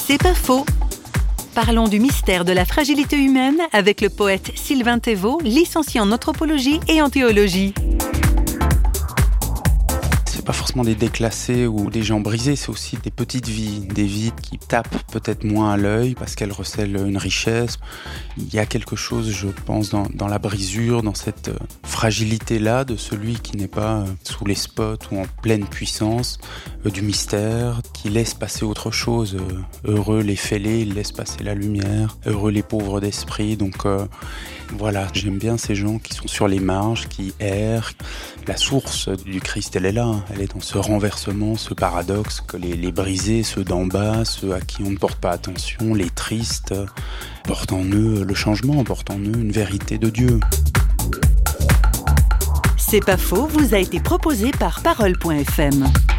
C'est pas faux. Parlons du mystère de la fragilité humaine avec le poète Sylvain Thévaux, licencié en anthropologie et en théologie. Pas forcément des déclassés ou des gens brisés, c'est aussi des petites vies, des vies qui tapent peut-être moins à l'œil parce qu'elles recèlent une richesse. Il y a quelque chose, je pense, dans la brisure, dans cette fragilité-là de celui qui n'est pas sous les spots ou en pleine puissance du mystère, qui laisse passer autre chose. Heureux les fêlés, ils laissent passer la lumière. Heureux les pauvres d'esprit. Donc voilà, j'aime bien ces gens qui sont sur les marges, qui errent. La source du Christ, elle est là. Elle est dans ce renversement, ce paradoxe que les brisés, ceux d'en bas, ceux à qui on ne porte pas attention, les tristes, portent en eux le changement, portent en eux une vérité de Dieu. C'est pas faux, vous a été proposé par Parole.fm.